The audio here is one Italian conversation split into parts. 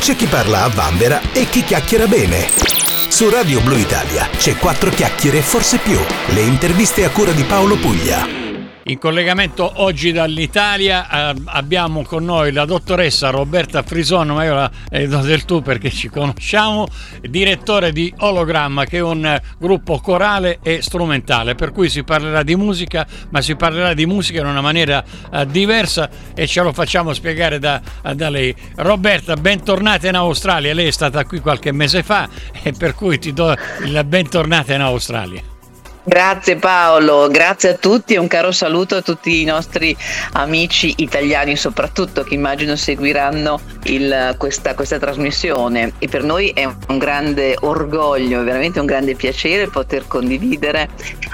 C'è chi parla a vanvera e chi chiacchiera bene. Su Radio Blu Italia c'è 4 chiacchiere e forse più. Le interviste a cura di Paolo Puglia. In collegamento oggi dall'Italia abbiamo con noi la dottoressa Roberta Frison, ma io la do del tu perché ci conosciamo, direttore di Ologramma, che è un gruppo corale e strumentale, per cui si parlerà di musica, ma si parlerà di musica in una maniera diversa e ce lo facciamo spiegare da lei. Roberta, bentornata in Australia, lei è stata qui qualche mese fa e per cui ti do il bentornata in Australia. Grazie Paolo, grazie a tutti e un caro saluto a tutti i nostri amici italiani soprattutto, che immagino seguiranno questa trasmissione, e per noi è un grande orgoglio, veramente un grande piacere poter condividere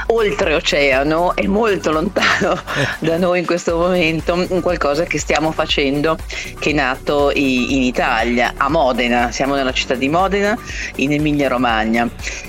oltreoceano e molto lontano da noi in questo momento un qualcosa che stiamo facendo, che è nato in Italia, a Modena. Siamo nella città di Modena in Emilia Romagna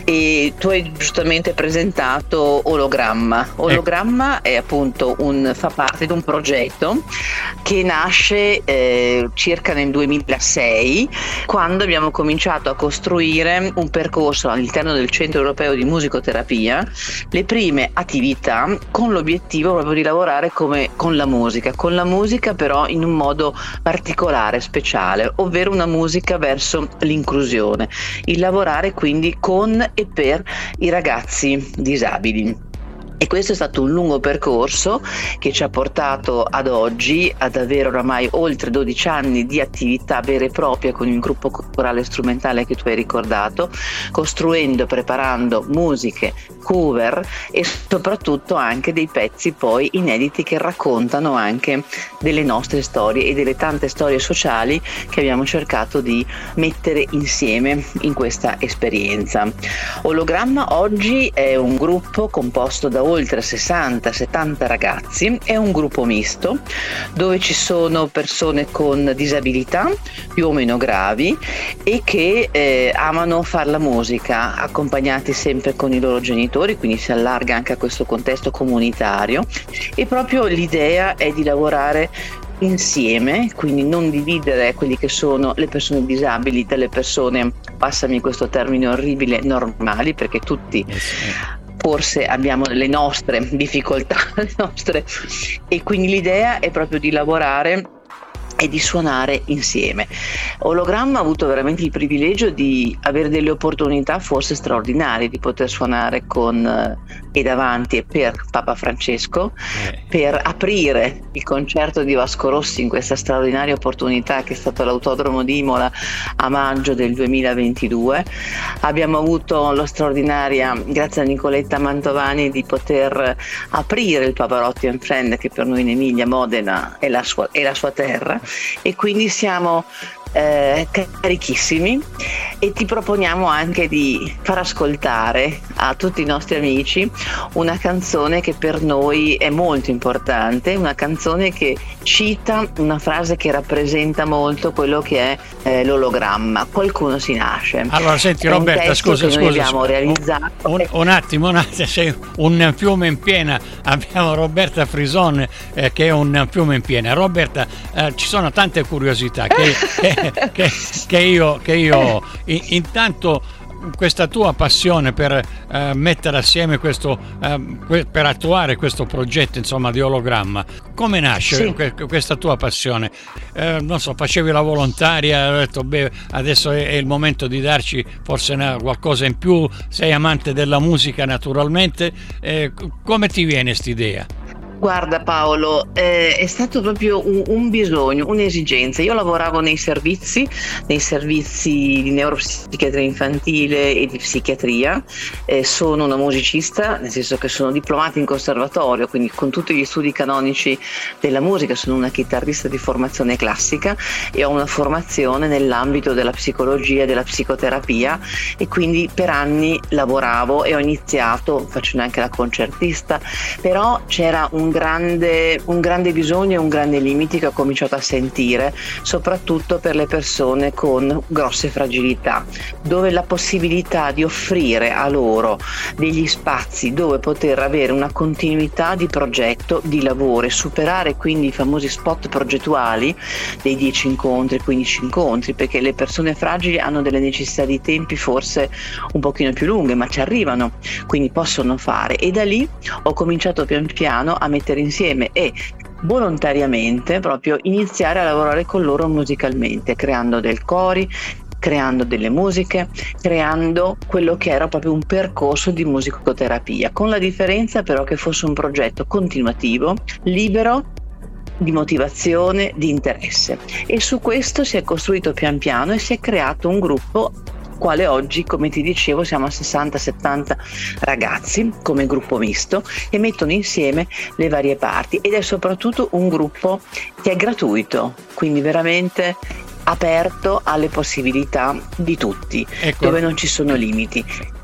e tu hai giustamente presentato Ologramma. Ologramma è appunto fa parte di un progetto che nasce circa nel 2006, quando abbiamo cominciato a costruire un percorso all'interno del Centro Europeo di Musicoterapia, le prime attività con l'obiettivo proprio di lavorare con la musica però in un modo particolare, speciale, ovvero una musica verso l'inclusione, il lavorare quindi con e per i ragazzi disabili. E questo è stato un lungo percorso che ci ha portato ad oggi ad avere oramai oltre 12 anni di attività vera e propria con il gruppo corale strumentale che tu hai ricordato, costruendo e preparando musiche, cover e soprattutto anche dei pezzi poi inediti che raccontano anche delle nostre storie e delle tante storie sociali che abbiamo cercato di mettere insieme in questa esperienza. Ologramma oggi è un gruppo composto da oltre 60-70 ragazzi, è un gruppo misto dove ci sono persone con disabilità più o meno gravi e che amano fare la musica, accompagnati sempre con i loro genitori, quindi si allarga anche a questo contesto comunitario, e proprio l'idea è di lavorare insieme, quindi non dividere quelli che sono le persone disabili dalle persone, passami questo termine orribile, normali, perché tutti forse abbiamo le nostre difficoltà, e quindi l'idea è proprio di lavorare e di suonare insieme. Ologramma ha avuto veramente il privilegio di avere delle opportunità forse straordinarie, di poter suonare con e davanti e per Papa Francesco, per aprire il concerto di Vasco Rossi in questa straordinaria opportunità che è stato l'Autodromo di Imola a maggio del 2022. Abbiamo avuto la straordinaria, grazie a Nicoletta Mantovani, di poter aprire il Pavarotti and Friend, che per noi in Emilia, Modena è la sua terra, e quindi siamo carichissimi, e ti proponiamo anche di far ascoltare a tutti i nostri amici una canzone che per noi è molto importante, una canzone che cita una frase che rappresenta molto quello che è l'ologramma: qualcuno si nasce. Allora senti Roberta, scusa, abbiamo realizzato un attimo, sei un fiume in piena. Abbiamo Roberta Frison che è un fiume in piena. Roberta, ci sono tante curiosità che io ho. Intanto questa tua passione per mettere assieme per attuare questo progetto, insomma, di Ologramma, come nasce questa tua passione? Non so, facevi la volontaria, hai detto adesso è il momento di darci forse qualcosa in più, sei amante della musica naturalmente, come ti viene st'idea? Guarda Paolo, è stato proprio un bisogno, un'esigenza. Io lavoravo nei servizi di neuropsichiatria infantile e di psichiatria, sono una musicista, nel senso che sono diplomata in conservatorio, quindi con tutti gli studi canonici della musica, sono una chitarrista di formazione classica e ho una formazione nell'ambito della psicologia e della psicoterapia, e quindi per anni lavoravo e ho iniziato facendo anche la concertista, però c'era un un grande bisogno e un grande limite che ho cominciato a sentire, soprattutto per le persone con grosse fragilità, dove la possibilità di offrire a loro degli spazi dove poter avere una continuità di progetto, di lavoro e superare quindi i famosi spot progettuali dei 10 incontri, 15 incontri, perché le persone fragili hanno delle necessità di tempi forse un pochino più lunghe, ma ci arrivano, quindi possono fare. E da lì ho cominciato pian piano a mettere insieme e volontariamente proprio iniziare a lavorare con loro musicalmente, creando del cori, creando delle musiche, creando quello che era proprio un percorso di musicoterapia, con la differenza però che fosse un progetto continuativo, libero di motivazione, di interesse. E su questo si è costruito pian piano e si è creato un gruppo quale oggi, come ti dicevo, siamo a 60-70 ragazzi come gruppo misto e mettono insieme le varie parti, ed è soprattutto un gruppo che è gratuito, quindi veramente aperto alle possibilità di tutti, ecco, dove non ci sono limiti.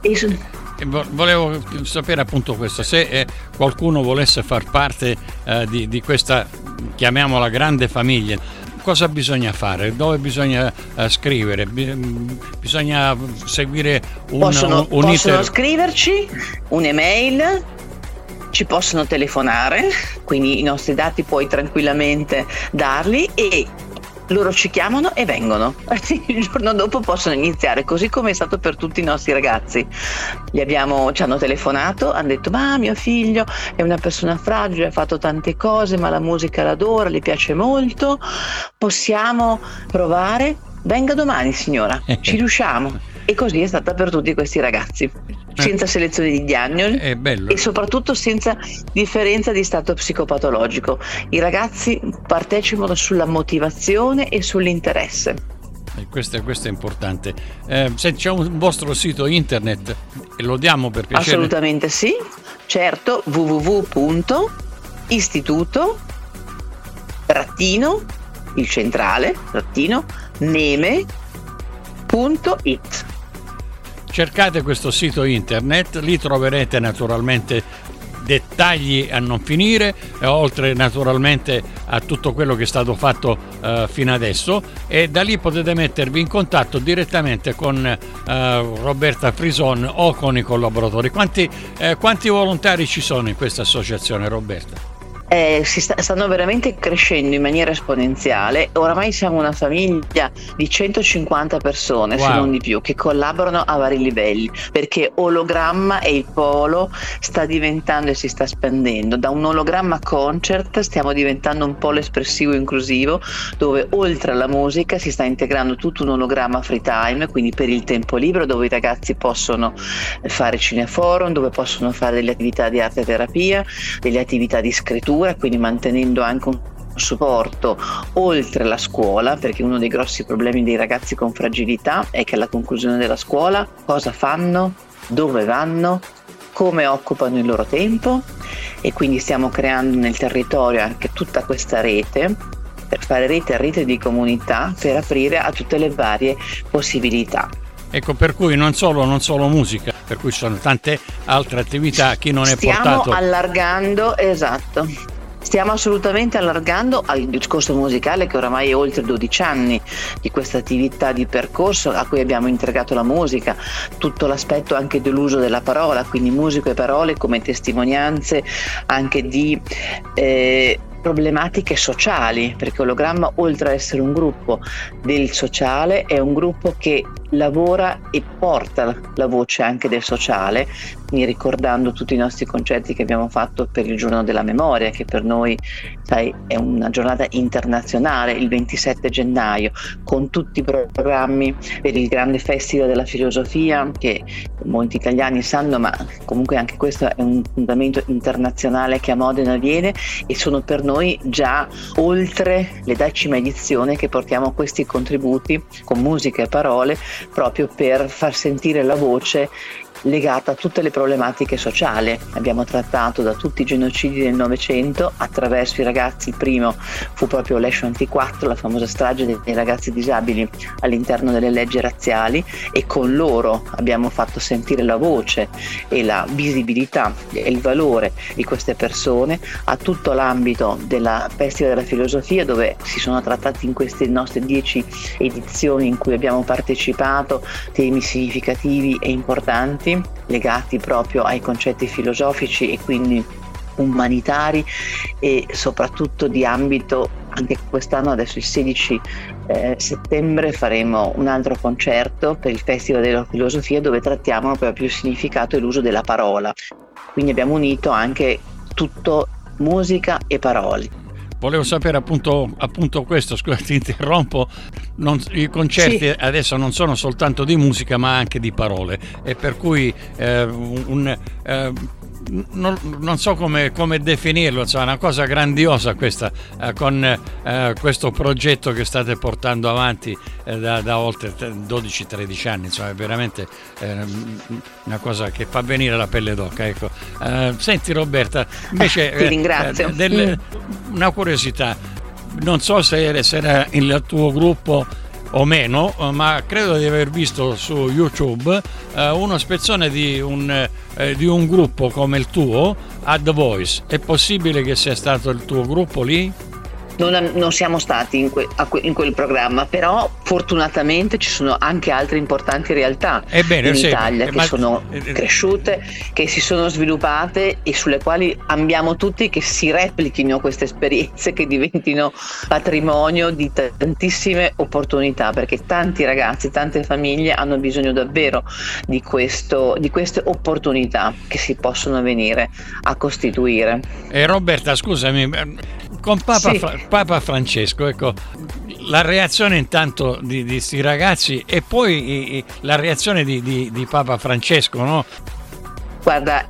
Volevo sapere appunto questo, se qualcuno volesse far parte di questa, chiamiamola, grande famiglia, cosa bisogna fare? Dove bisogna scrivere? Bisogna seguire possono scriverci un'email, ci possono telefonare, quindi i nostri dati puoi tranquillamente darli e loro ci chiamano e vengono. Il giorno dopo possono iniziare, così come è stato per tutti i nostri ragazzi. Ci hanno telefonato, hanno detto: ma mio figlio è una persona fragile, ha fatto tante cose, ma la musica l'adora, le piace molto, possiamo provare? Venga domani signora, ci riusciamo. E così è stata per tutti questi ragazzi, senza selezione di diagnosi e soprattutto senza differenza di stato psicopatologico. I ragazzi partecipano sulla motivazione e sull'interesse. Questo è importante. Se c'è un vostro sito internet, lo diamo per piacere? Assolutamente sì, certo, www.istituto-neme.it. Cercate questo sito internet, lì troverete naturalmente dettagli a non finire, oltre naturalmente a tutto quello che è stato fatto fino adesso, e da lì potete mettervi in contatto direttamente con Roberta Frison o con i collaboratori. Quanti volontari ci sono in questa associazione, Roberta? Stanno veramente crescendo in maniera esponenziale. Oramai siamo una famiglia di 150 persone, se non di più, che collaborano a vari livelli, perché Ologramma e il polo sta diventando e si sta spendendo. Da un ologramma concert stiamo diventando un polo espressivo inclusivo, dove oltre alla musica si sta integrando tutto un ologramma free time, quindi per il tempo libero, dove i ragazzi possono fare cineforum, dove possono fare delle attività di arte terapia, delle attività di scrittura, quindi mantenendo anche un supporto oltre la scuola, perché uno dei grossi problemi dei ragazzi con fragilità è che alla conclusione della scuola cosa fanno, dove vanno, come occupano il loro tempo, e quindi stiamo creando nel territorio anche tutta questa rete per fare rete di comunità, per aprire a tutte le varie possibilità. Ecco, per cui non solo musica, per cui ci sono tante altre attività. Chi non è portato. Stiamo allargando, esatto. Stiamo assolutamente allargando al discorso musicale, che oramai è oltre 12 anni di questa attività di percorso a cui abbiamo integrato la musica, tutto l'aspetto anche dell'uso della parola, quindi musica e parole come testimonianze anche di problematiche sociali, perché Ologramma, oltre a essere un gruppo del sociale, è un gruppo che lavora e porta la voce anche del sociale, quindi ricordando tutti i nostri concerti che abbiamo fatto per il giorno della memoria, che per noi, sai, è una giornata internazionale, il 27 gennaio, con tutti i programmi per il grande festival della filosofia, che molti italiani sanno, ma comunque anche questo è un appuntamento internazionale che a Modena avviene, e sono per noi già oltre le 10ª edizione che portiamo questi contributi con musica e parole, proprio per far sentire la voce legata a tutte le problematiche sociali. Abbiamo trattato da tutti i genocidi del Novecento attraverso i ragazzi. Il primo fu proprio l'Esce 24, la famosa strage dei ragazzi disabili all'interno delle leggi razziali, e con loro abbiamo fatto sentire la voce e la visibilità e il valore di queste persone, a tutto l'ambito della Festival della Filosofia, dove si sono trattati in queste nostre 10 edizioni in cui abbiamo partecipato temi significativi e importanti legati proprio ai concetti filosofici e quindi umanitari, e soprattutto di ambito. Anche quest'anno, adesso il 16 settembre, faremo un altro concerto per il Festival della Filosofia, dove trattiamo proprio il significato e l'uso della parola. Quindi abbiamo unito anche tutto musica e parole. Volevo sapere appunto questo, scusa ti interrompo, i concerti adesso non sono soltanto di musica ma anche di parole, e per cui non so come definirlo, insomma, una cosa grandiosa questa, con questo progetto che state portando avanti da oltre 12-13 anni, insomma, è veramente una cosa che fa venire la pelle d'oca, ecco. Senti Roberta, invece ti ringrazio. Una curiosità, non so se era il tuo gruppo o meno, ma credo di aver visto su YouTube uno spezzone di un gruppo come il tuo, a The Voice. È possibile che sia stato il tuo gruppo lì? Non siamo stati in quel programma, però fortunatamente ci sono anche altre importanti realtà in Italia che sono cresciute, che si sono sviluppate e sulle quali ambiamo tutti che si replichino queste esperienze, che diventino patrimonio di tantissime opportunità, perché tanti ragazzi, tante famiglie hanno bisogno davvero di queste opportunità che si possono venire a costituire. Roberta, scusami, con Papa Francesco, ecco, la reazione intanto di questi ragazzi e poi la reazione di Papa Francesco, no? Guarda,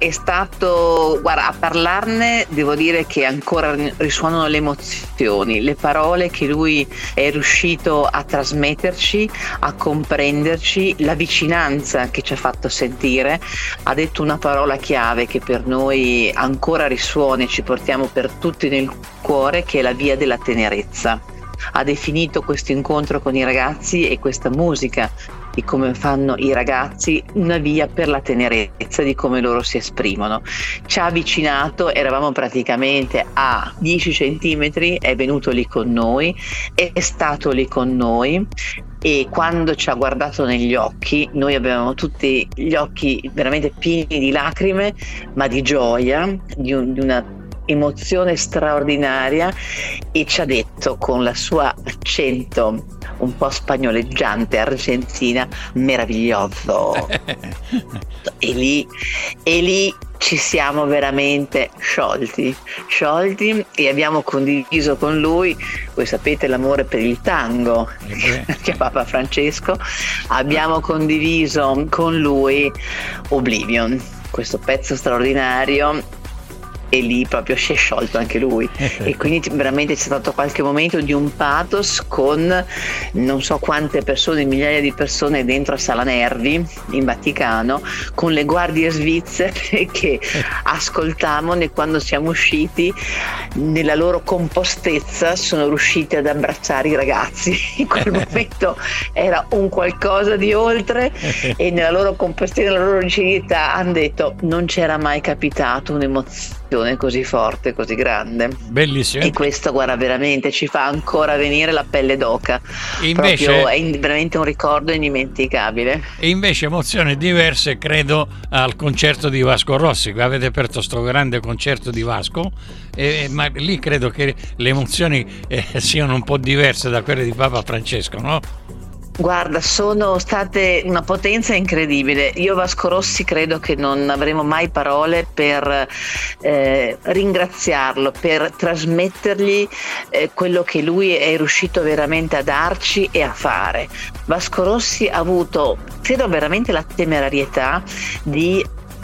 a parlarne devo dire che ancora risuonano le emozioni, le parole che lui è riuscito a trasmetterci, a comprenderci, la vicinanza che ci ha fatto sentire. Ha detto una parola chiave che per noi ancora risuona e ci portiamo per tutti nel cuore, che è la via della tenerezza. Ha definito questo incontro con i ragazzi e questa musica di come fanno i ragazzi una via per la tenerezza di come loro si esprimono. Ci ha avvicinato, eravamo praticamente a 10 centimetri, è venuto lì con noi, è stato lì con noi, e quando ci ha guardato negli occhi, noi avevamo tutti gli occhi veramente pieni di lacrime, ma di gioia, di una emozione straordinaria, e ci ha detto con la sua accento un po' spagnoleggiante argentina: meraviglioso. e lì ci siamo veramente sciolti e abbiamo condiviso con lui, voi sapete l'amore per il tango che è Papa Francesco, abbiamo condiviso con lui Oblivion, questo pezzo straordinario, e lì proprio si è sciolto anche lui. E quindi veramente c'è stato qualche momento di un pathos con non so quante persone, migliaia di persone dentro a Sala Nervi in Vaticano, con le guardie svizzere che ascoltavano, e quando siamo usciti nella loro compostezza sono riusciti ad abbracciare i ragazzi. In quel momento era un qualcosa di oltre, e nella loro compostezza, nella loro lucidità hanno detto: non c'era mai capitato un'emozione così forte, così grande. Bellissimo. E questo, guarda, veramente ci fa ancora venire la pelle d'oca. Invece, proprio è veramente un ricordo indimenticabile. E invece emozioni diverse credo al concerto di Vasco Rossi. Avete aperto sto grande concerto di Vasco, ma lì credo che le emozioni siano un po' diverse da quelle di Papa Francesco, no? Guarda, sono state una potenza incredibile. Io Vasco Rossi credo che non avremo mai parole per ringraziarlo, per trasmettergli quello che lui è riuscito veramente a darci e a fare. Vasco Rossi ha avuto, credo, veramente la temerarietà di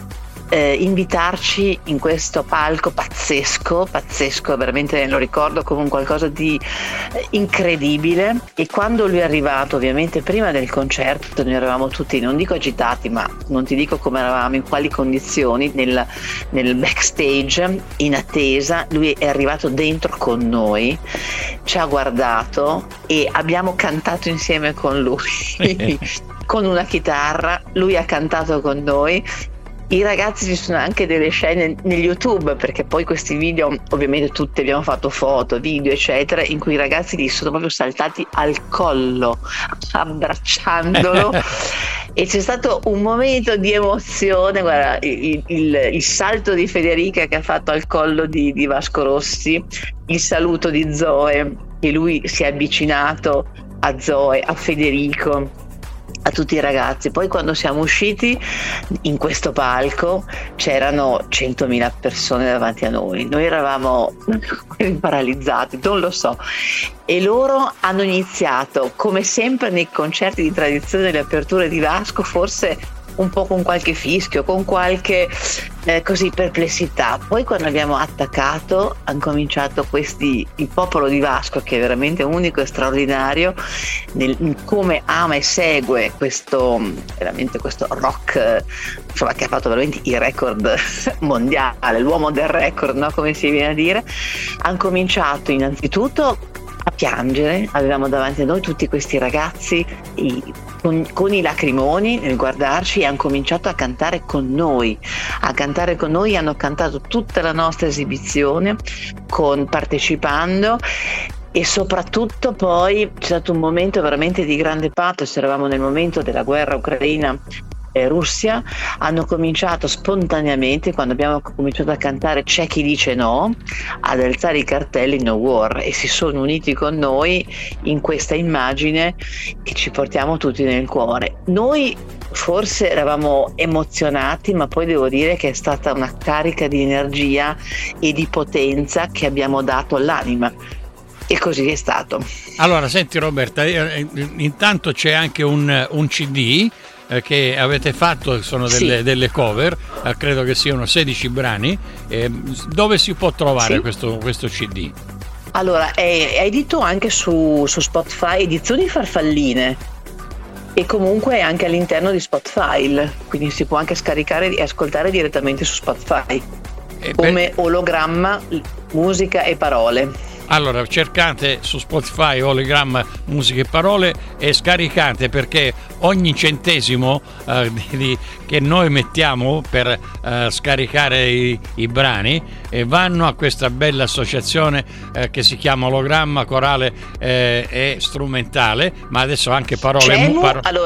invitarci in questo palco pazzesco, veramente lo ricordo come un qualcosa di incredibile. E quando lui è arrivato, ovviamente prima del concerto noi eravamo tutti, non dico agitati, ma non ti dico come eravamo, in quali condizioni, nel backstage in attesa. Lui è arrivato dentro con noi, ci ha guardato e abbiamo cantato insieme con lui con una chitarra, lui ha cantato con noi. I ragazzi, ci sono anche delle scene negli YouTube, perché poi questi video, ovviamente tutti abbiamo fatto foto, video eccetera, in cui i ragazzi gli sono proprio saltati al collo abbracciandolo e c'è stato un momento di emozione. Guarda, il salto di Federica che ha fatto al collo di Vasco Rossi, il saluto di Zoe, che lui si è avvicinato a Zoe, a Federico, a tutti i ragazzi. Poi quando siamo usciti in questo palco c'erano 100.000 persone davanti a noi eravamo paralizzati, non lo so, e loro hanno iniziato, come sempre nei concerti di tradizione delle aperture di Vasco, forse un po' con qualche fischio, con qualche così perplessità. Poi quando abbiamo attaccato, hanno cominciato il popolo di Vasco, che è veramente unico e straordinario come ama e segue questo rock, insomma, che ha fatto veramente il record mondiale, l'uomo del record, no? Come si viene a dire. Hanno cominciato innanzitutto a piangere, avevamo davanti a noi tutti questi ragazzi con i lacrimoni nel guardarci, e hanno cominciato a cantare con noi, hanno cantato tutta la nostra esibizione partecipando. E soprattutto poi c'è stato un momento veramente di grande pathos, eravamo nel momento della guerra ucraina e Russia. Hanno cominciato spontaneamente, quando abbiamo cominciato a cantare C'è chi dice no, ad alzare i cartelli No War, e si sono uniti con noi in questa immagine che ci portiamo tutti nel cuore. Noi forse eravamo emozionati, ma poi devo dire che è stata una carica di energia e di potenza che abbiamo dato all'anima. E così è stato. Allora, senti Roberta, intanto c'è anche un CD che avete fatto, sono delle cover, credo che siano 16 brani. Dove si può trovare questo CD? Allora, è edito anche su Spotify, Edizioni Farfalline, e comunque è anche all'interno di Spotify, quindi si può anche scaricare e ascoltare direttamente su Spotify, come Ologramma, musica e parole. Allora cercate su Spotify Ologramma, musica e parole e scaricate, perché ogni centesimo che noi mettiamo per scaricare i brani vanno a questa bella associazione che si chiama Ologramma Corale e Strumentale, ma adesso anche parole. Allora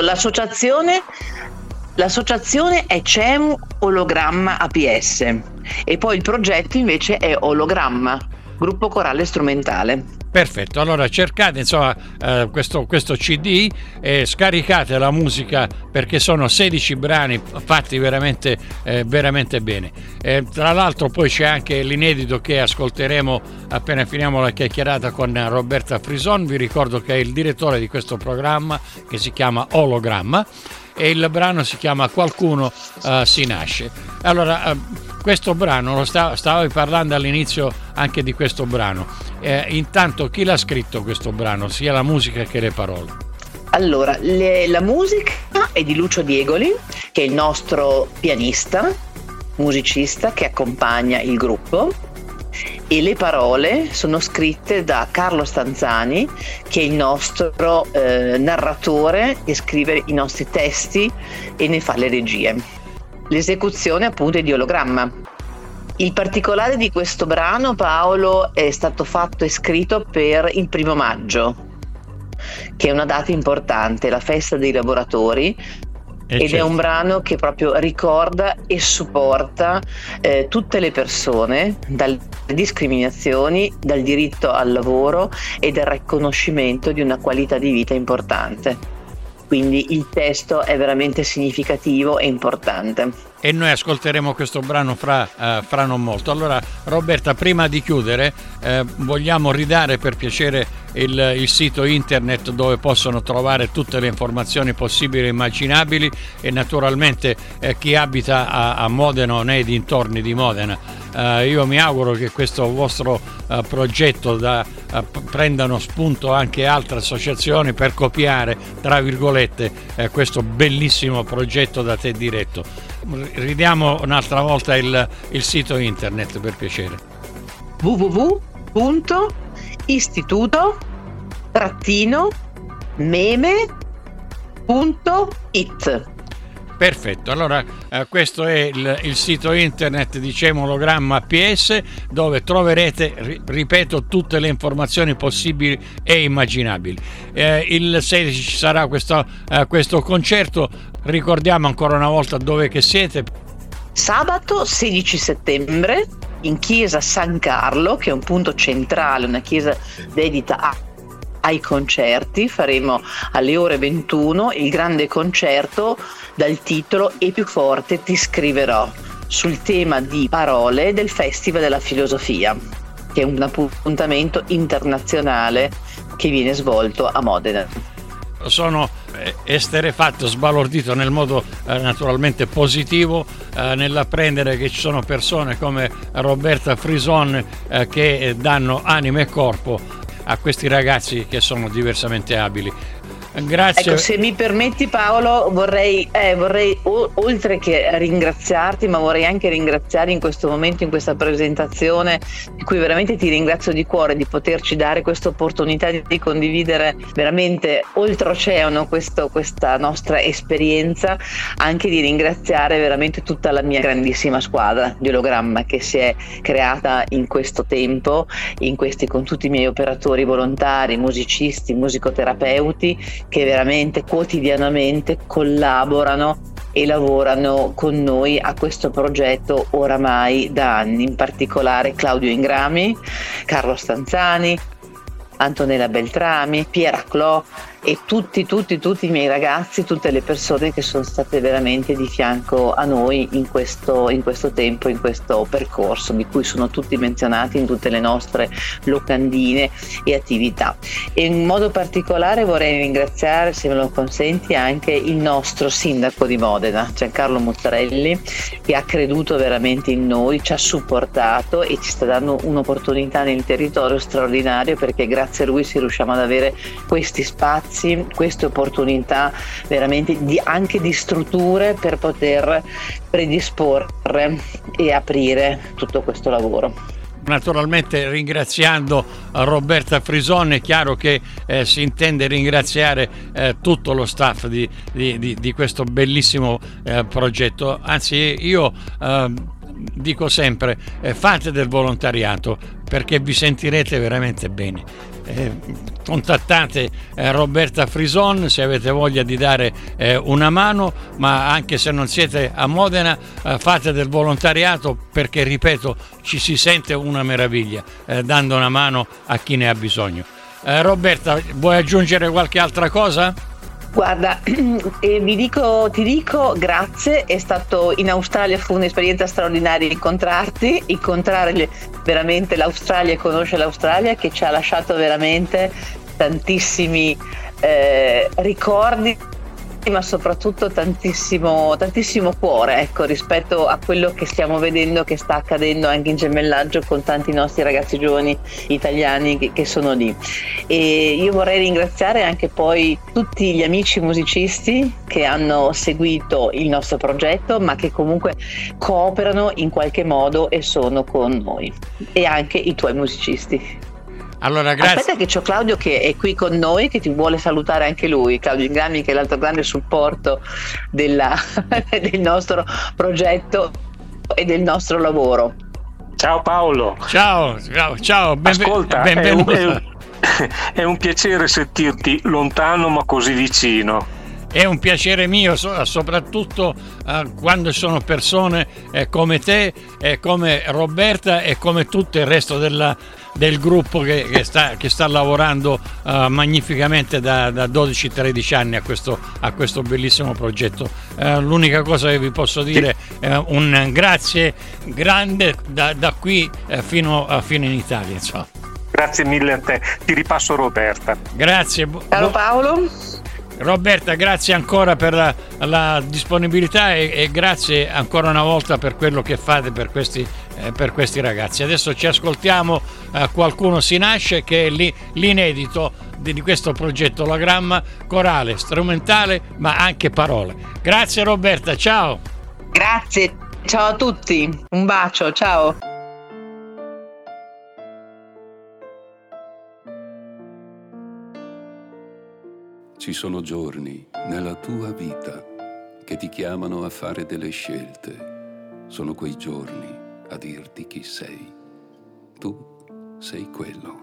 l'associazione è CEMU Ologramma APS, e poi il progetto invece è Ologramma Gruppo Corale Strumentale. Perfetto, allora cercate insomma questo CD e scaricate la musica, perché sono 16 brani fatti veramente bene. Tra l'altro poi c'è anche l'inedito che ascolteremo appena finiamo la chiacchierata con Roberta Frison. Vi ricordo che è il direttore di questo programma che si chiama Ologramma, e il brano si chiama Qualcuno si nasce. Allora questo brano, stavi parlando all'inizio anche di questo brano, intanto chi l'ha scritto questo brano, sia la musica che le parole? Allora, la musica è di Lucio Diegoli, che è il nostro pianista, musicista che accompagna il gruppo, e le parole sono scritte da Carlo Stanzani, che è il nostro narratore, che scrive i nostri testi e ne fa le regie. L'esecuzione appunto è di Ologramma. Il particolare di questo brano, Paolo, è stato fatto e scritto per il 1° maggio, che è una data importante, la festa dei lavoratori, ed è un brano che proprio ricorda e supporta tutte le persone, dalle discriminazioni, dal diritto al lavoro e dal riconoscimento di una qualità di vita importante. Quindi il testo è veramente significativo e importante. e noi ascolteremo questo brano fra non molto. Allora Roberta, prima di chiudere vogliamo ridare per piacere il sito internet dove possono trovare tutte le informazioni possibili e immaginabili, e naturalmente chi abita a Modena o nei dintorni di Modena. Io mi auguro che questo vostro progetto prendano spunto anche altre associazioni per copiare, tra virgolette, questo bellissimo progetto da te diretto. Ridiamo un'altra volta il sito internet per piacere. www.istituto-meme.it. Perfetto, allora questo è il sito internet di Cemologramma PS, dove troverete, ripeto, tutte le informazioni possibili e immaginabili. Il 16 ci sarà questo concerto. Ricordiamo ancora una volta dove che siete. Sabato 16 settembre in chiesa San Carlo, che è un punto centrale, una chiesa dedita ai concerti. Faremo alle ore 21 il grande concerto dal titolo E più forte ti scriverò, sul tema di parole del Festival della Filosofia, che è un appuntamento internazionale che viene svolto a Modena. Sono esterefatto, sbalordito nel modo naturalmente positivo, nell'apprendere che ci sono persone come Roberta Frison che danno anima e corpo a questi ragazzi che sono diversamente abili. Grazie. Ecco, se mi permetti Paolo, vorrei oltre che ringraziarti, ma vorrei anche ringraziare in questo momento, in questa presentazione, di cui veramente ti ringrazio di cuore, di poterci dare questa opportunità di condividere veramente oltreoceano questa nostra esperienza, anche di ringraziare veramente tutta la mia grandissima squadra di Ologramma che si è creata in questo tempo, con tutti i miei operatori volontari, musicisti, musicoterapeuti, che veramente quotidianamente collaborano e lavorano con noi a questo progetto oramai da anni, in particolare Claudio Ingrami, Carlo Stanzani, Antonella Beltrami, Piera Clò e tutti i miei ragazzi, tutte le persone che sono state veramente di fianco a noi in questo tempo, in questo percorso, di cui sono tutti menzionati in tutte le nostre locandine e attività. E in modo particolare vorrei ringraziare, se me lo consenti, anche il nostro sindaco di Modena, Giancarlo Muzzarelli, che ha creduto veramente in noi, ci ha supportato e ci sta dando un'opportunità nel territorio straordinario, perché grazie a lui si riusciamo ad avere questi spazi, queste opportunità veramente anche di strutture per poter predisporre e aprire tutto questo lavoro. Naturalmente ringraziando Roberta Frison, è chiaro che si intende ringraziare tutto lo staff di questo bellissimo progetto. Anzi, io dico sempre, fate del volontariato, perché vi sentirete veramente bene. Contattate Roberta Frison se avete voglia di dare una mano, ma anche se non siete a Modena, fate del volontariato, perché ripeto, ci si sente una meraviglia dando una mano a chi ne ha bisogno. Roberta, vuoi aggiungere qualche altra cosa? Guarda, ti dico grazie, è stato in Australia, fu un'esperienza straordinaria incontrare veramente l'Australia e conoscere l'Australia, che ci ha lasciato veramente tantissimi ricordi, ma soprattutto tantissimo cuore, ecco, rispetto a quello che stiamo vedendo che sta accadendo anche in gemellaggio con tanti nostri ragazzi giovani italiani che sono lì. E io vorrei ringraziare anche poi tutti gli amici musicisti che hanno seguito il nostro progetto, ma che comunque cooperano in qualche modo e sono con noi, e anche i tuoi musicisti. Allora, grazie. Aspetta che c'ho Claudio che è qui con noi, che ti vuole salutare anche lui, Claudio Ingrami, che è l'altro grande supporto del nostro progetto e del nostro lavoro. Ciao Paolo. Ciao. Ascolta, benvenuto. È un piacere sentirti lontano ma così vicino. È un piacere mio, soprattutto quando sono persone come te, come Roberta e come tutto il resto del gruppo che sta lavorando magnificamente da 12-13 anni a questo bellissimo progetto. L'unica cosa che vi posso dire è un grazie grande da qui fino in Italia, insomma. Grazie mille a te, ti ripasso Roberta. Grazie. Ciao Paolo. Roberta, grazie ancora per la disponibilità e grazie ancora una volta per quello che fate per questi ragazzi. Adesso ci ascoltiamo Qualcuno si nasce, che è l'inedito di questo progetto Ologramma, corale, strumentale ma anche parole. Grazie Roberta, ciao. Grazie, ciao a tutti, un bacio, ciao. Ci sono giorni nella tua vita che ti chiamano a fare delle scelte. Sono quei giorni a dirti chi sei. Tu sei quello.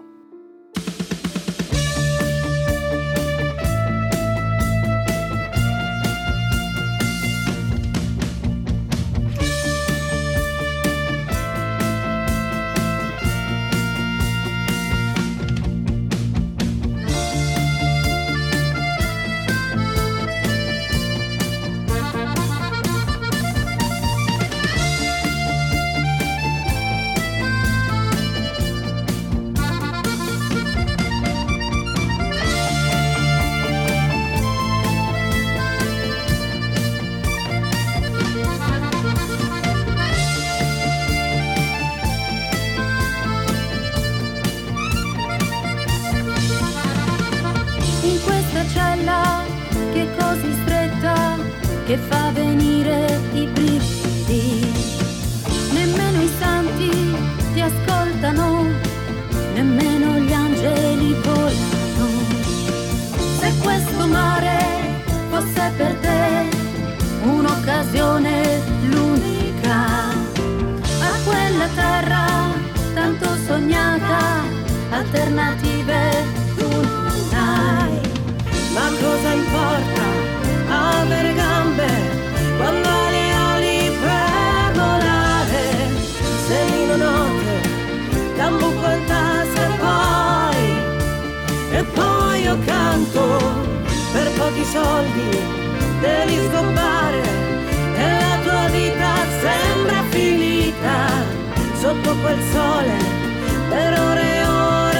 Che fa venire i brividi, nemmeno i santi ti ascoltano, nemmeno gli angeli volano. Se questo mare fosse per te un'occasione, l'unica, a quella terra tanto sognata, alternative tu non hai. Ma cosa importa avere gambe quando hai le ali per volare? Se lì non note da un buco in tasca e poi io canto per pochi soldi, devi scoppare e la tua vita sembra finita sotto quel sole per ore e ore.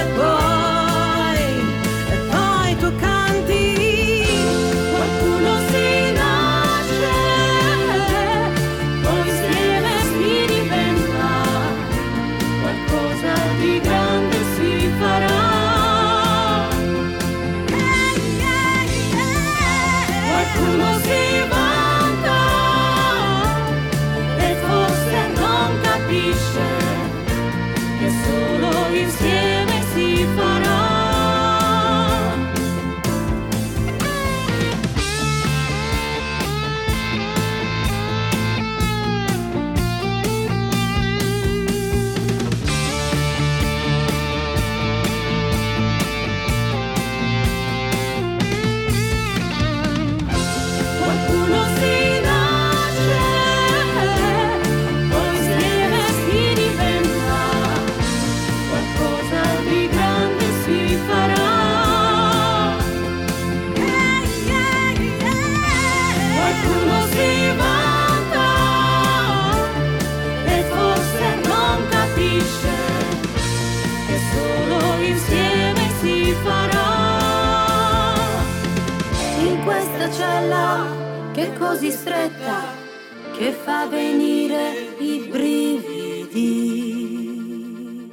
E poi tu canti. Qualcuno si vanta e forse non capisce che solo insieme si farà. Qualcuno si nasce, poi insieme si diventa, qualcosa di grande si farà. Qualcuno si vanta e forse non capisce che solo insieme si farà. In questa cella che è così stretta, che fa venire i brividi.